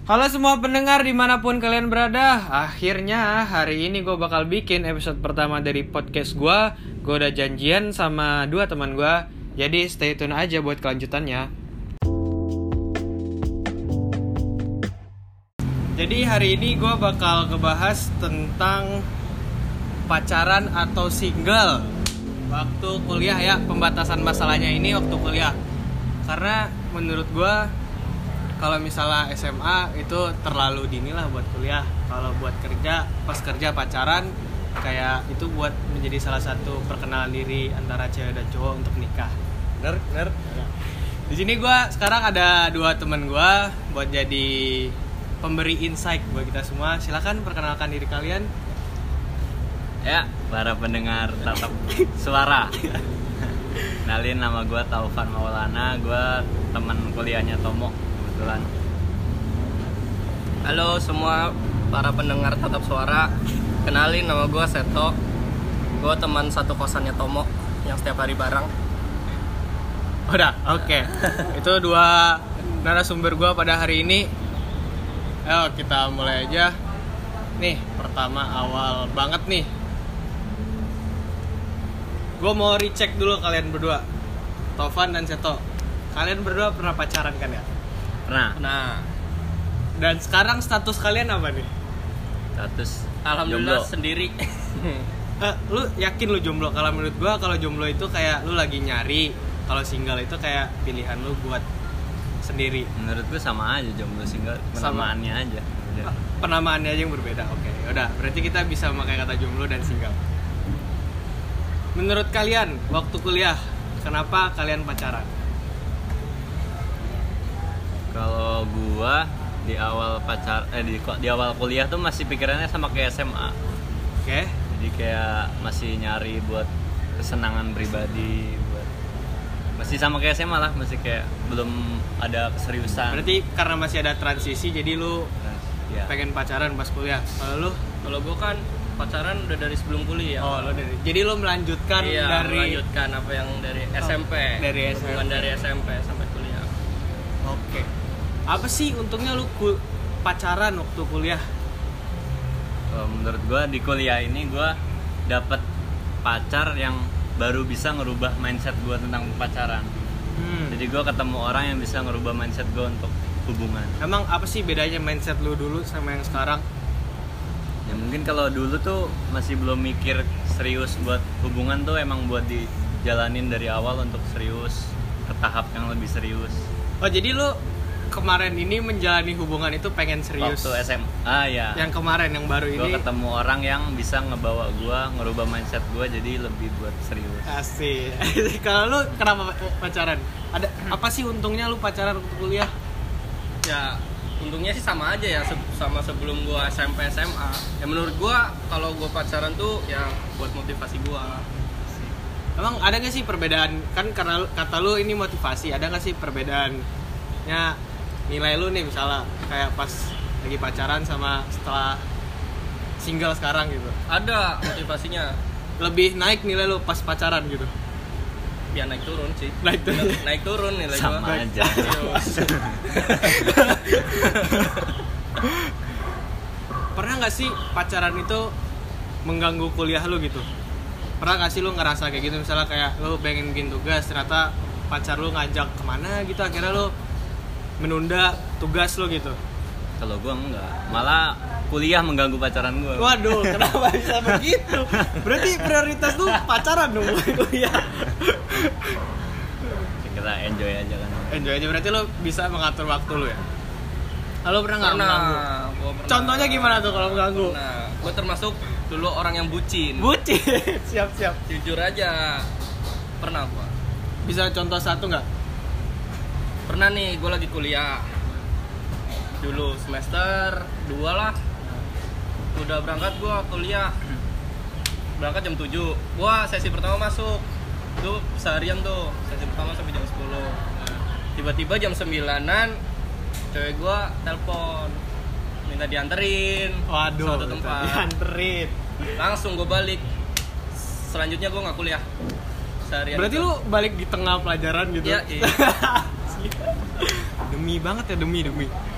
Halo semua pendengar dimanapun kalian berada. Akhirnya hari ini gue bakal bikin episode pertama dari podcast gue. Gue udah janjian sama 2 teman gue. Jadi stay tune aja buat kelanjutannya. Jadi hari ini gue bakal ngebahas tentang pacaran atau single waktu kuliah ya. Pembatasan masalahnya ini waktu kuliah. Karena menurut gue kalau misalnya SMA itu terlalu dini lah buat kuliah. Kalau buat kerja, pas kerja pacaran, kayak itu buat menjadi salah satu perkenalan diri antara cewek dan cowok untuk nikah. Bener? Ya. Di sini gue sekarang ada 2 teman gue buat jadi pemberi insight buat kita semua. Silakan perkenalkan diri kalian. Ya, para pendengar tetap suara. Kenalin, nama gue Taufan Maulana. Gue teman kuliahnya Tomo. Kebetulan. Halo semua para pendengar tetap suara. Kenalin, nama gue Seto. Gue teman satu kosannya Tomo yang setiap hari bareng. Udah, oke. Itu 2 narasumber gue pada hari ini. Ayo kita mulai aja. Nih, pertama awal banget nih. Gue mau recheck dulu kalian berdua, Taufan dan Seto. Kalian berdua pernah pacaran kan ya? Pernah. Dan sekarang status kalian apa nih? Status Alhamdulillah jomblo. sendiri. Lu yakin lu jomblo? Kalau menurut gue, kalau jomblo itu kayak lu lagi nyari. Kalau single itu kayak pilihan lu buat sendiri. Menurut gue sama aja jomblo single, penamaannya aja. Udah. Penamaannya aja yang berbeda. Oke, udah. Berarti kita bisa memakai kata jomblo dan single. Menurut kalian waktu kuliah, kenapa kalian pacaran? Kalau gua di awal di awal kuliah tuh masih pikirannya sama kayak SMA. Oke. Jadi kayak masih nyari buat kesenangan pribadi, masih sama kayak SMA lah, masih kayak belum ada keseriusan. Berarti karena masih ada transisi, jadi lu Ya. pengen pacaran pas kuliah. Kalau lu? Kalau gue kan pacaran udah dari sebelum kuliah. Oh, lu jadi lu melanjutkan melanjutkan apa yang dari SMP. Dari Hubungan SMP. dari SMP sampai kuliah. Oke. Apa sih untungnya lu pacaran waktu kuliah? Menurut gue di kuliah ini gue dapet pacar yang baru bisa ngerubah mindset gue tentang pacaran. Jadi gue ketemu orang yang bisa ngerubah mindset gue untuk hubungan. Emang apa sih bedanya mindset lu dulu sama yang sekarang? Ya mungkin kalau dulu tuh masih belum mikir serius buat hubungan tuh, emang buat dijalanin dari awal untuk serius ke tahap yang lebih serius. Oh, jadi lu kemarin ini menjalani hubungan itu pengen serius? Waktu SMA ya. Yang kemarin, yang baru Gue ini? ketemu orang yang bisa ngebawa gue, ngerubah mindset gue jadi lebih buat serius. Asik. Kalau lu kenapa pacaran? Ada apa sih untungnya lu pacaran waktu kuliah? Ya untungnya sih sama aja ya sama sebelum gue SMP SMA. Ya menurut gue kalau gue pacaran tuh ya buat motivasi gue. Emang ada gak sih perbedaan? Kan karena kata lu ini motivasi, ada gak sih perbedaannya nilai lu nih misalnya kayak pas lagi pacaran sama setelah single sekarang gitu? Ada motivasinya. Lebih naik nilai lu pas pacaran gitu? Ya naik turun sih. Naik turun nilai Sama gua. aja. Pernah gak sih pacaran itu mengganggu kuliah lu gitu? Pernah gak sih lu ngerasa kayak gitu? Misalnya kayak lu pengen bikin tugas, ternyata pacar lu ngajak kemana gitu, akhirnya lu menunda tugas lu gitu? Kalau gue enggak, malah kuliah mengganggu pacaran gue. Waduh, kenapa bisa begitu? Berarti prioritas lu pacaran dong, bukan kuliah. Kita enjoy aja kan. Enjoy aja, berarti lu bisa mengatur waktu lu ya? Lalu pernah nggak mengganggu? Gua pernah. Contohnya gimana tuh kalau mengganggu? Nah, gue termasuk dulu orang yang bucin. Bucin, siap. Jujur aja, pernah gua. Bisa contoh satu nggak? Pernah nih, gue lagi kuliah dulu semester 2 lah. Udah berangkat gue kuliah, berangkat jam 7. Gue sesi pertama masuk tuh seharian tuh, sesi pertama sampai jam 10. Tiba-tiba jam 9-an cewek gue telepon minta dianterin Waduh, suatu tempat. dianterin. Langsung gue balik. Selanjutnya gue nggak kuliah seharian. Berarti lu balik di tengah pelajaran gitu? Iya. Demi banget ya, demi.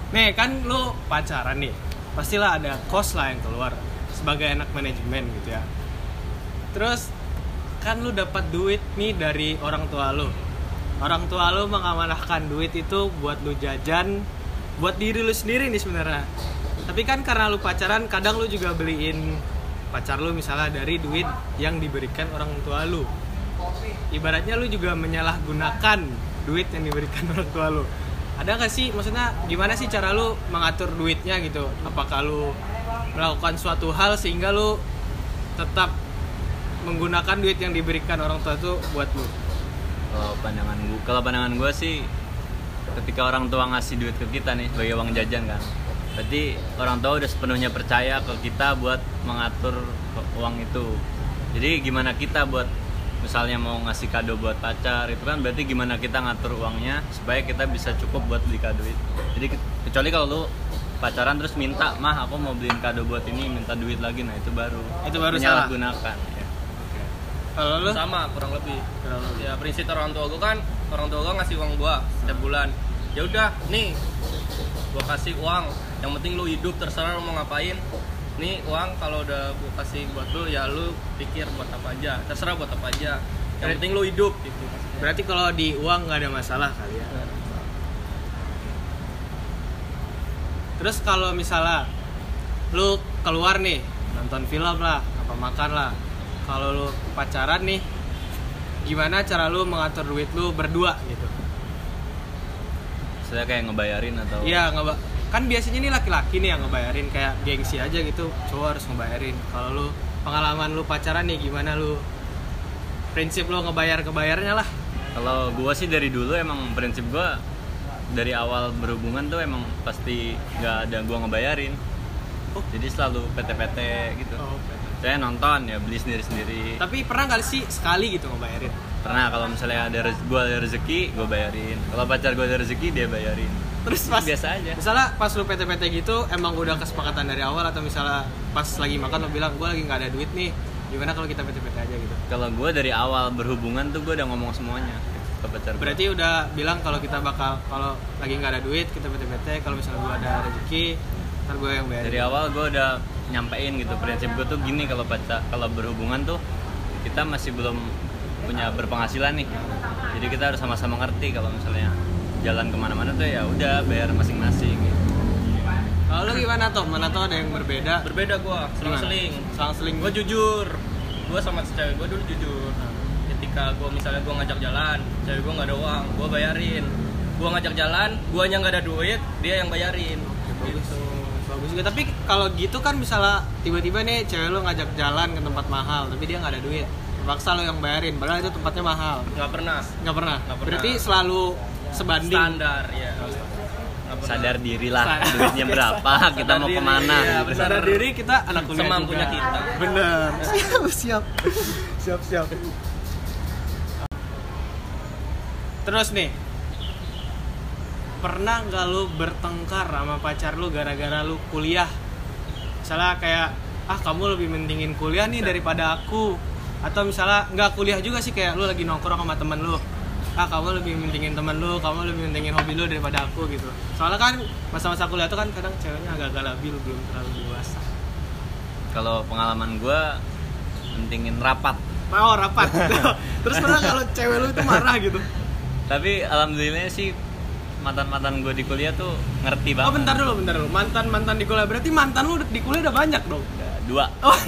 Nih kan lu pacaran nih, pastilah ada cost lah yang keluar sebagai anak manajemen gitu ya. Terus kan lu dapat duit nih dari orang tua lu. Orang tua lu mengamanahkan duit itu buat lu jajan, buat diri lu sendiri nih sebenarnya. Tapi kan karena lu pacaran, kadang lu juga beliin pacar lu misalnya dari duit yang diberikan orang tua lu. Ibaratnya lu juga menyalahgunakan duit yang diberikan orang tua lu. Ada gak sih, maksudnya gimana sih cara lu mengatur duitnya gitu? Apakah lu melakukan suatu hal sehingga lu tetap menggunakan duit yang diberikan orang tua itu buat lu? Kalau pandangan gue sih, ketika orang tua ngasih duit ke kita nih sebagai uang jajan kan, berarti orang tua udah sepenuhnya percaya ke kita buat mengatur uang itu. Jadi gimana kita buat misalnya mau ngasih kado buat pacar, itu kan berarti gimana kita ngatur uangnya supaya kita bisa cukup buat beli kado itu. Jadi kecuali kalau lu pacaran terus minta, mah aku mau beliin kado buat ini, minta duit lagi, nah itu baru salah gunakan ya. Kalau lu sama kurang lebih. Ya prinsip orang tua gue kan, orang tua gue ngasih uang gue setiap bulan. Ya udah, nih gue kasih uang, yang penting lu hidup, terserah lu mau ngapain. Nih uang kalau udah gue kasih buat lu, ya lu pikir buat apa aja, terserah buat apa aja, yang penting lu hidup gitu. Berarti kalau di uang nggak ada masalah kali ya. Terus kalau misalnya lu keluar nih, nonton film lah, apa makan lah, kalau lu pacaran nih, gimana cara lu mengatur duit lu berdua gitu? Saya kayak ngebayarin atau? Iya, kan biasanya nih laki-laki nih yang ngebayarin, kayak gengsi aja gitu, cowok harus ngebayarin. Kalau lu pengalaman lu pacaran nih gimana, lu prinsip lu ngebayarnya lah? Kalau gua sih dari dulu emang prinsip gua dari awal berhubungan tuh emang pasti nggak ada gua ngebayarin. Jadi selalu PT-PT gitu. Saya nonton ya beli sendiri-sendiri. Tapi pernah nggak sih sekali gitu ngebayarin? Pernah, kalau misalnya gua ada rezeki, gua bayarin. Kalau pacar gua ada rezeki, dia bayarin. Terus pas biasa aja. Misalnya pas lu PT-PT gitu, emang udah kesepakatan dari awal, atau misalnya pas lagi makan lu bilang gua lagi nggak ada duit nih, gimana kalau kita PT-PT aja gitu? Kalau gua dari awal berhubungan tuh gua udah ngomong semuanya ke pacar gua. Berarti udah bilang kalau kita bakal, kalau lagi nggak ada duit kita PT-PT, kalau misalnya gua ada rezeki ntar gua yang bayarin. Dari awal gua udah nyampein gitu, prinsip gua tuh gini, kalau berhubungan tuh kita masih belum punya berpenghasilan nih, jadi kita harus sama-sama ngerti kalau misalnya jalan kemana-mana tuh ya udah bayar masing-masing gitu. Kalau lu gimana tuh? Mana tuh ada yang berbeda? Berbeda gue, selang-seling. Gue jujur, gue sama cewek gue dulu jujur. Ketika gue misalnya gue ngajak jalan, cewek gue nggak ada uang, gue bayarin. Gue ngajak jalan, guanya nggak ada duit, dia yang bayarin. Bagus juga. Tapi kalau gitu kan misalnya tiba-tiba nih cewek lu ngajak jalan ke tempat mahal, tapi dia nggak ada duit, terpaksa lo yang bayarin, padahal itu tempatnya mahal. Nggak pernah. Berarti selalu sebanding. Standar ya. Sadar diri lah, duitnya berapa, kita mau kemana. Ya, sadar diri, kita anak kuliah semampunya juga. kita. Bener. Siap. Terus nih, pernah nggak lu bertengkar sama pacar lu gara-gara lu kuliah? Misalnya kayak, kamu lebih mentingin kuliah nih daripada aku. Atau misalnya nggak kuliah juga sih, kayak lu lagi nongkrong sama temen lu, kamu lebih mentingin temen lu, kamu lebih mentingin hobi lu daripada aku gitu. Soalnya kan masa-masa kuliah tuh kan kadang ceweknya agak labil, belum terlalu dewasa. Kalau pengalaman gue mentingin rapat. Rapat. Terus pernah kalau cewek lu itu marah gitu? Tapi alhamdulillah sih mantan gue di kuliah tuh ngerti banget. Bentar dulu. Mantan di kuliah, berarti mantan lu di kuliah udah banyak dong? 2.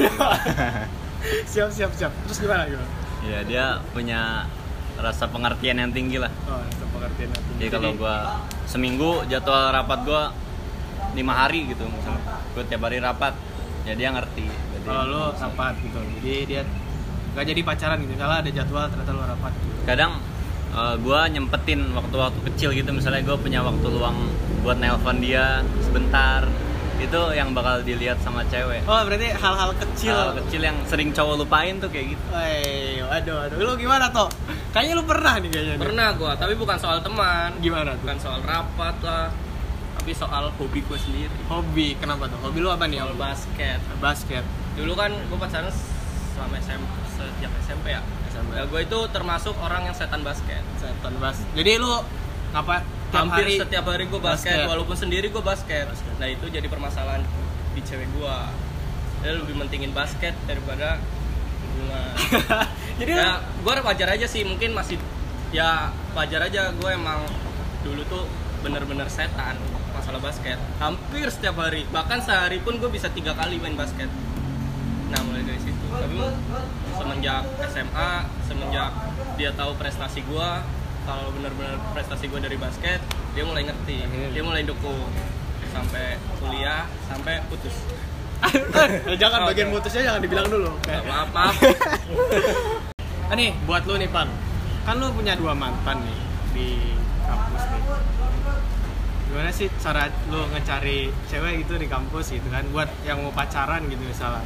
Siap. Terus gimana? Ya dia punya rasa pengertian yang tinggi lah. Rasa pengertian yang tinggi. Jadi kalau gue seminggu jadwal rapat gue 5 hari gitu, misalnya gue tiap hari rapat, ya dia ngerti. Kalau lo rapat gitu, jadi dia nggak jadi pacaran gitu, kalau ada jadwal ternyata lo rapat gitu. Kadang gue nyempetin waktu-waktu kecil gitu, misalnya gue punya waktu luang buat nelpon dia sebentar, itu yang bakal dilihat sama cewek. Berarti hal-hal kecil yang sering cowok lupain tuh kayak gitu. Aduh, lu gimana toh? Kayaknya lu pernah nih kayaknya. Pernah gua, tapi bukan soal teman. Gimana tuh? Bukan soal rapat lah, tapi soal hobi gua sendiri. Hobi, kenapa tuh? Hobi lu apa nih? Soal basket. Dulu kan gua pacaran selama sejak SMP ya. Ya gua itu termasuk orang yang setan basket. Jadi lu hampir setiap hari gue basket, walaupun sendiri gue basket. Basket. Nah itu jadi permasalahan di cewek gue. Dia lebih mentingin basket daripada hubungan. Jadi ya gue wajar aja sih, mungkin masih ya wajar aja. Gue emang dulu tuh bener-bener setan masalah basket. Hampir setiap hari, bahkan sehari pun gue bisa 3 kali main basket. Nah mulai dari situ. Tapi semenjak SMA, semenjak dia tahu prestasi gue, kalau benar-benar prestasi gue dari basket, dia mulai ngerti, dia mulai dukung sampai kuliah, sampai putus. Jangan bagian putusnya jangan dibilang dulu. Maaf. Nih buat lu nih Pan, kan lu punya 2 mantan nih di kampus nih. Gimana sih cara lu ngecari cewek gitu di kampus gitu kan, buat yang mau pacaran gitu misalnya?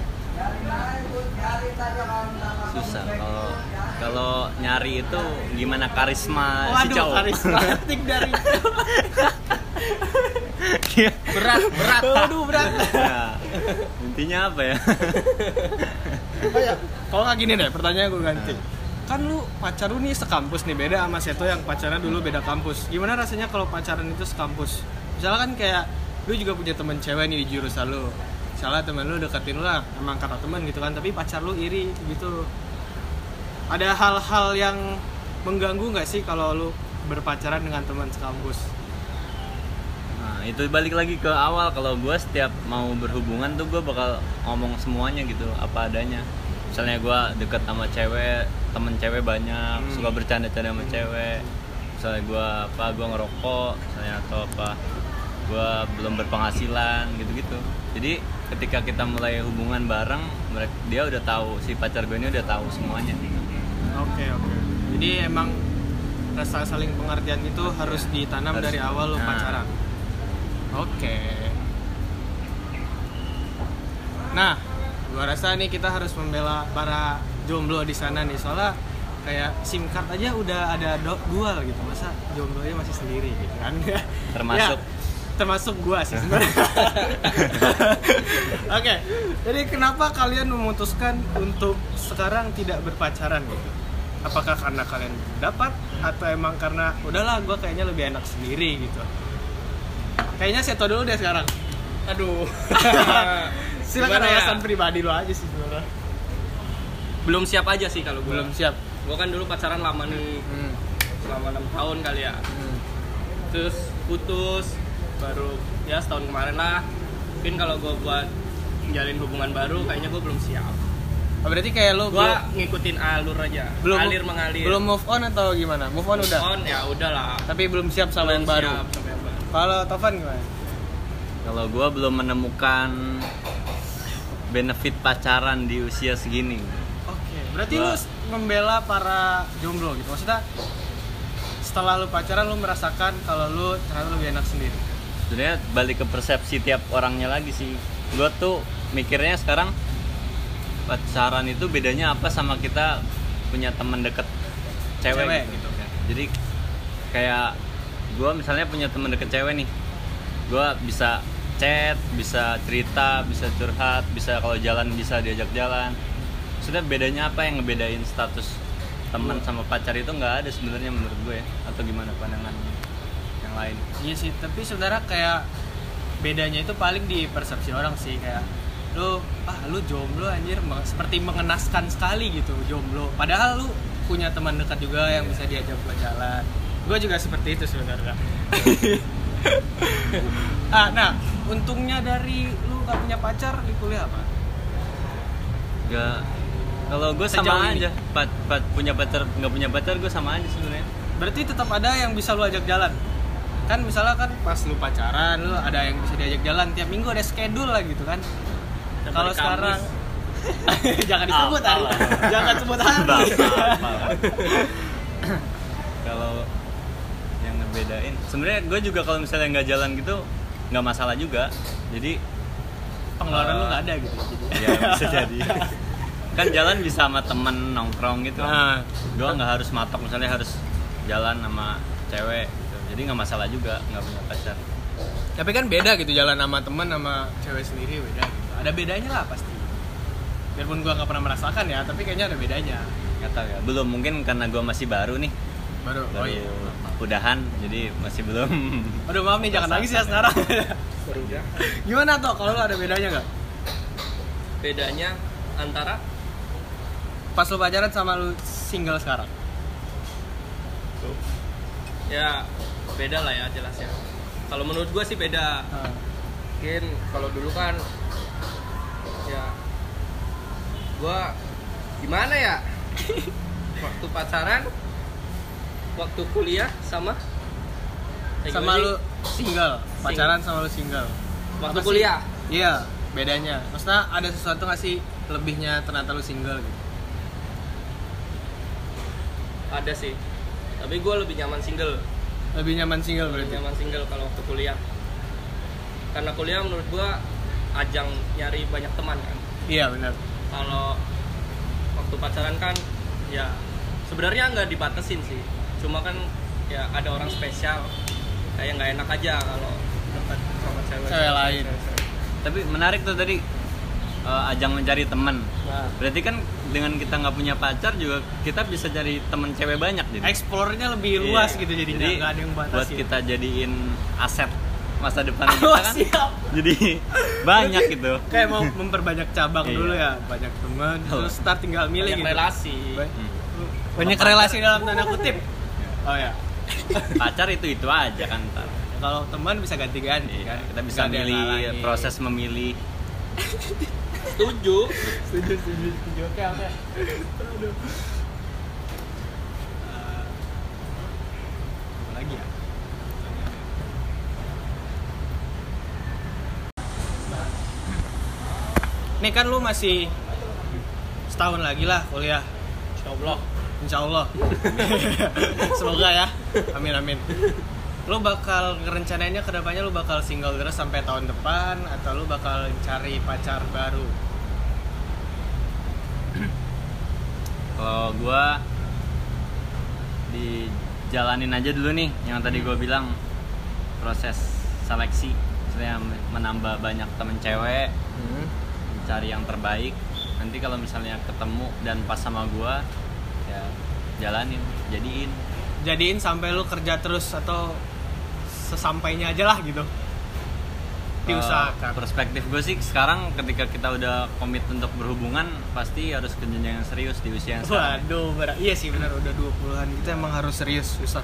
Susah kalau nyari itu gimana karisma si Waduh, cowok. karismatik dari berat. Waduh, berat. Ya, intinya apa ya? Oh ya, kalau nggak gini deh, pertanyaan gue ganti. Kan lu pacar lu nih sekampus nih, beda sama Seto yang pacarnya dulu beda kampus. Gimana rasanya kalau pacaran itu sekampus? Misalnya kan kayak lu juga punya temen cewek nih di jurusan lu. Misalnya temen lu deketin lu lah, emang kata temen gitu kan, tapi pacar lu iri gitu. Ada hal-hal yang mengganggu nggak sih kalau lu berpacaran dengan teman sekampus? Nah, itu balik lagi ke awal. Kalau gue setiap mau berhubungan tuh gue bakal ngomong semuanya gitu, apa adanya. Misalnya gue deket sama cewek, temen cewek banyak, suka bercanda-canda sama cewek. Misalnya gue ngerokok, misalnya atau apa, gue belum berpenghasilan gitu-gitu. Jadi ketika kita mulai hubungan bareng, dia udah tahu, si pacar gue ini udah tahu semuanya. Oke. Jadi emang rasa saling pengertian itu harus ditanam dari awal lu pacaran. Oke. Nah, gua rasa nih kita harus membela para jomblo di sana nih, soalnya kayak SIM card aja udah ada dual gitu, masa jomblonya masih sendiri gitu kan? Termasuk gua sih sebenarnya. Oke. Jadi kenapa kalian memutuskan untuk sekarang tidak berpacaran gitu? Apakah karena kalian dapat atau emang karena udahlah gua kayaknya lebih enak sendiri gitu? Kayaknya Seto dulu deh sekarang. Aduh. Silakan Gimana ya? alasan pribadi lo aja sih sebenarnya. Belum siap aja sih kalau gue. Belum siap. Gue kan dulu pacaran lama nih, selama 6 tahun kali ya. Terus putus, baru ya setahun kemarin lah. Mungkin kalau gue buat menjalin hubungan baru, kayaknya gue belum siap. Oh, berarti kayak lo Gue ngikutin alur aja, alir mengalir. Belum move on atau gimana? Move on udah. On ya udahlah. Tapi belum siap sama yang baru. Siap sama yang baru. Kalau Tovan gimana? Kalau gue belum menemukan benefit pacaran di usia segini. Oke, berarti lu membela para jomblo gitu. Maksudnya setelah lu pacaran lu merasakan kalau lu ternyata lebih enak sendiri. Sebenarnya balik ke persepsi tiap orangnya lagi sih. Gue tuh mikirnya sekarang pacaran itu bedanya apa sama kita punya teman deket cewek gitu kan. Jadi kayak gue misalnya punya teman deket cewek nih, gue bisa chat, bisa cerita, bisa curhat, bisa kalau jalan bisa diajak jalan. Maksudnya bedanya apa yang ngebedain status teman sama pacar itu nggak ada sebenarnya menurut gue ya. Atau gimana pandangan yang lain? Iya sih, tapi sebenarnya kayak bedanya itu paling di persepsi orang sih, kayak lu jomblo anjir, seperti mengenaskan sekali gitu jomblo. Padahal lu punya teman dekat juga yang bisa diajak buat jalan. Gue juga seperti itu sebenarnya. Nah, untungnya dari lu gak punya pacar di kuliah apa? Gak. Kalau gue sama aja. Punya pacar nggak punya pacar gue sama aja sebenarnya. Berarti tetap ada yang bisa lu ajak jalan. Kan misalnya kan pas lu pacaran lu ada yang bisa diajak jalan tiap minggu, ada schedule lah gitu kan. Kalau sekarang jangan disebut hari. Jangan sebut hari. Kalau yang ngebedain sebenarnya gue juga kalau misalnya nggak jalan gitu nggak masalah juga. Jadi Pengeluaran lu nggak ada gitu. ya bisa jadi. Kan jalan bisa sama temen nongkrong gitu. Gue nggak harus matok misalnya harus jalan sama cewek gitu. Jadi nggak masalah juga nggak punya pacar. Tapi kan beda gitu jalan sama temen sama cewek sendiri, beda gitu. Ada bedanya lah pasti. Biarpun gue nggak pernah merasakan ya, tapi kayaknya ada bedanya. Nggak tahu ya. Belum, mungkin karena gue masih baru nih. Baru. Oh iya. udahan, jadi masih belum. Aduh maaf nih, jangan nangis ya sekarang. Baru udah. Gimana toh kalau lu ada bedanya nggak Bedanya antara pas lu pacaran sama lu single sekarang? ya beda lah ya jelasnya. Kalau menurut gua sih beda. Mungkin kalau dulu kan ya gua gimana ya? Waktu pacaran, waktu kuliah sama Lu single, pacaran sama lu single. Waktu Apa sih? kuliah. Iya, bedanya. Maksudnya ada sesuatu nggak sih lebihnya ternyata lu single gitu? Ada sih. Tapi gue lebih nyaman single. Lebih nyaman single Lebih berarti. nyaman single kalau waktu kuliah. Karena kuliah menurut gue ajang nyari banyak teman kan. Iya benar. Kalau waktu pacaran kan ya sebenarnya nggak dibatasin sih. Cuma kan ya ada orang spesial. Kayak nggak enak aja kalau dekat sama cewek lain. Tapi menarik tuh tadi ajang mencari teman. Nah, Berarti kan dengan kita nggak punya pacar juga kita bisa cari teman cewek banyak jadi. explore-nya lebih luas Iya. gitu jadinya, Jadi, nggak ada yang buat batasin. kita jadiin aset masa depan kita Oh, kan. siap. Jadi banyak gitu. Kayak mau memperbanyak cabang Iya. dulu ya, banyak teman, terus start tinggal milih banyak gitu. relasi. Banyak relasi dalam tanda kutip. Oh ya. Pacar itu aja kan ntar. Kalau teman bisa ganti-ganti Iya, kan. kita bisa Nggak ada yang milih, ngalangin. proses memilih. Setuju. Setuju. Oke. Aduh. Apa lagi ya? Nih kan lu masih setahun lagi lah kuliah. Insya Allah. Semoga ya. Amin amin. Lu bakal ngerencanainnya kedepannya lu bakal single terus sampai tahun depan atau lu bakal cari pacar baru? Kalau gua dijalanin aja dulu nih yang tadi gua bilang, proses seleksi, maksudnya menambah banyak temen cewek, cari yang terbaik. Nanti kalau misalnya ketemu dan pas sama gua, ya jalanin, jadiin Sampai lu kerja terus atau sesampainya aja lah gitu. Diusahakan. Perspektif gue sih sekarang ketika kita udah komit untuk berhubungan pasti harus ke jenjang yang serius di usia yang sekarang. Waduh, iya sih benar udah 20-an kita emang harus serius, susah.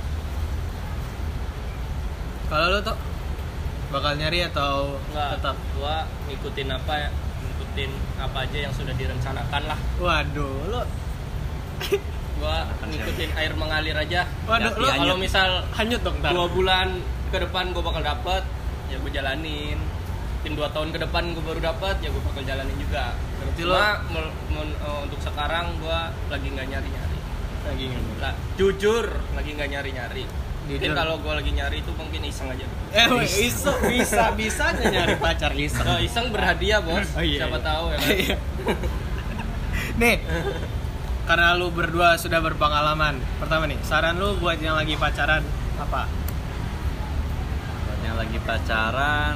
Kalau lu tuh bakal nyari atau Enggak, tetap? gua ngikutin apa aja yang sudah direncanakan lah. Waduh, lu Gua ngikutin air mengalir aja. waduh, Hati lu hanyut. Kalau misal hanyut dong ntar. 2 bulan ke depan gue bakal dapet, ya gue jalanin. Mungkin 2 tahun ke depan gue baru dapet, ya gue bakal jalanin juga. Berarti Cuma untuk sekarang gue lagi nggak nyari-nyari. lagi nggak? Lah, jujur lagi nggak nyari-nyari. Mungkin Jujur. kalau gue lagi nyari itu mungkin iseng aja. Bisa nyari pacar iseng. Oh, iseng berhadiah bos. Oh, iya, Siapa iya. tahu ya kan. Iya. Nih, karena lu berdua sudah berpengalaman. Pertama nih, saran lu buat yang lagi pacaran apa? Buat yang lagi pacaran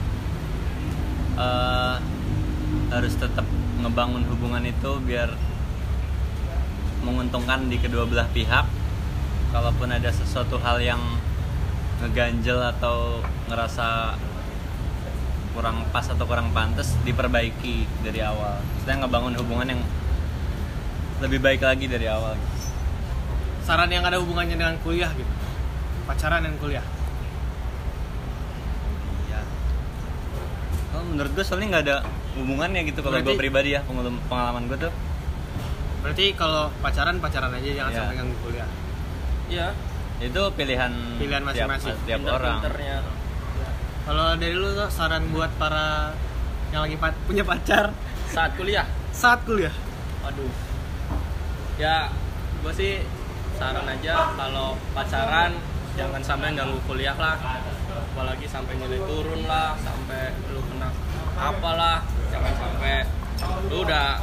harus tetap ngebangun hubungan itu biar menguntungkan di kedua belah pihak. Kalaupun ada sesuatu hal yang ngeganjel atau ngerasa kurang pas atau kurang pantas, diperbaiki dari awal. Maksudnya ngebangun hubungan yang lebih baik lagi dari awal. Saran yang ada hubungannya dengan kuliah gitu. Pacaran dan kuliah. Ya. Oh, menurut gue soalnya nggak ada hubungannya gitu kalau gue Berarti- pribadi ya, pengalaman gue tuh. Berarti kalau pacaran aja jangan Iya. sampai ganggu kuliah. Iya. Itu pilihan masing-masing. tiap orang. Pinter-pinternya. Kalau dari lu tuh saran buat para yang lagi punya pacar Saat kuliah. saat kuliah. Aduh. Ya, gue sih saran aja kalau pacaran jangan sampai ganggu kuliah lah. Apalagi sampai nilai turun lah, sampai lu kena apalah, jangan sampai lu udah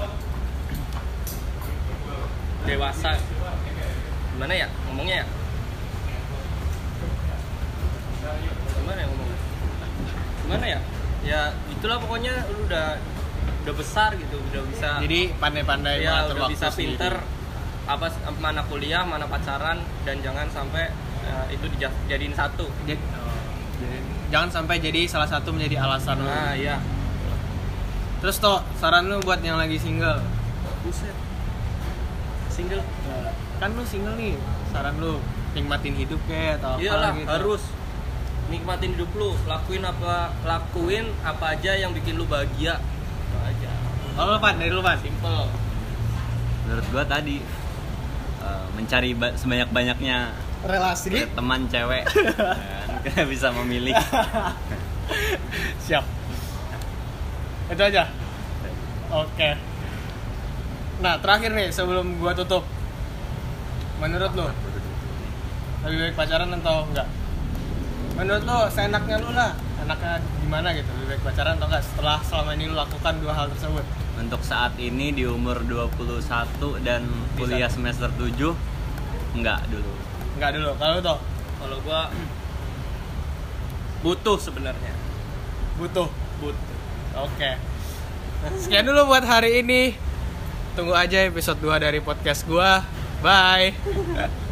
dewasa. Gimana ya ngomongnya ya? Gimana ya ngomongnya? Gimana ya? Ya itulah pokoknya lu udah besar gitu, udah bisa. Jadi pandai-pandai Ya mengatur udah waktu bisa sendiri. pinter apa mana kuliah mana pacaran, dan jangan sampai itu dijadiin satu. Jangan sampai jadi salah satu menjadi alasan lu. Nah, iya. Terus toh saran lu buat yang lagi single. Buset. Single. Kan lu single nih, saran lu nikmatin hidup kayak atau Iyalah, apa gitu. harus nikmatin hidup lu, lakuin apa aja yang bikin lu bahagia. Itu aja. Oh, lu Pan, dari lu Pan. Simple. Menurut gua tadi mencari sebanyak-banyaknya Relasi. teman cewek kan kita bisa memilih. Siap. Itu aja. Oke. Nah, terakhir nih sebelum gua tutup. Menurut lu lebih baik pacaran atau enggak? Menurut lu seenaknya lu lah, enaknya gimana gitu? Lebih baik pacaran atau enggak setelah selama ini lu lakukan dua hal tersebut? Untuk saat ini di umur 21 dan kuliah semester 7 enggak dulu. Enggak dulu. Kalau lu toh Kalau gua butuh sebenarnya. butuh. Oke. Sekian dulu buat hari ini. Tunggu aja episode 2 dari podcast gua. Bye.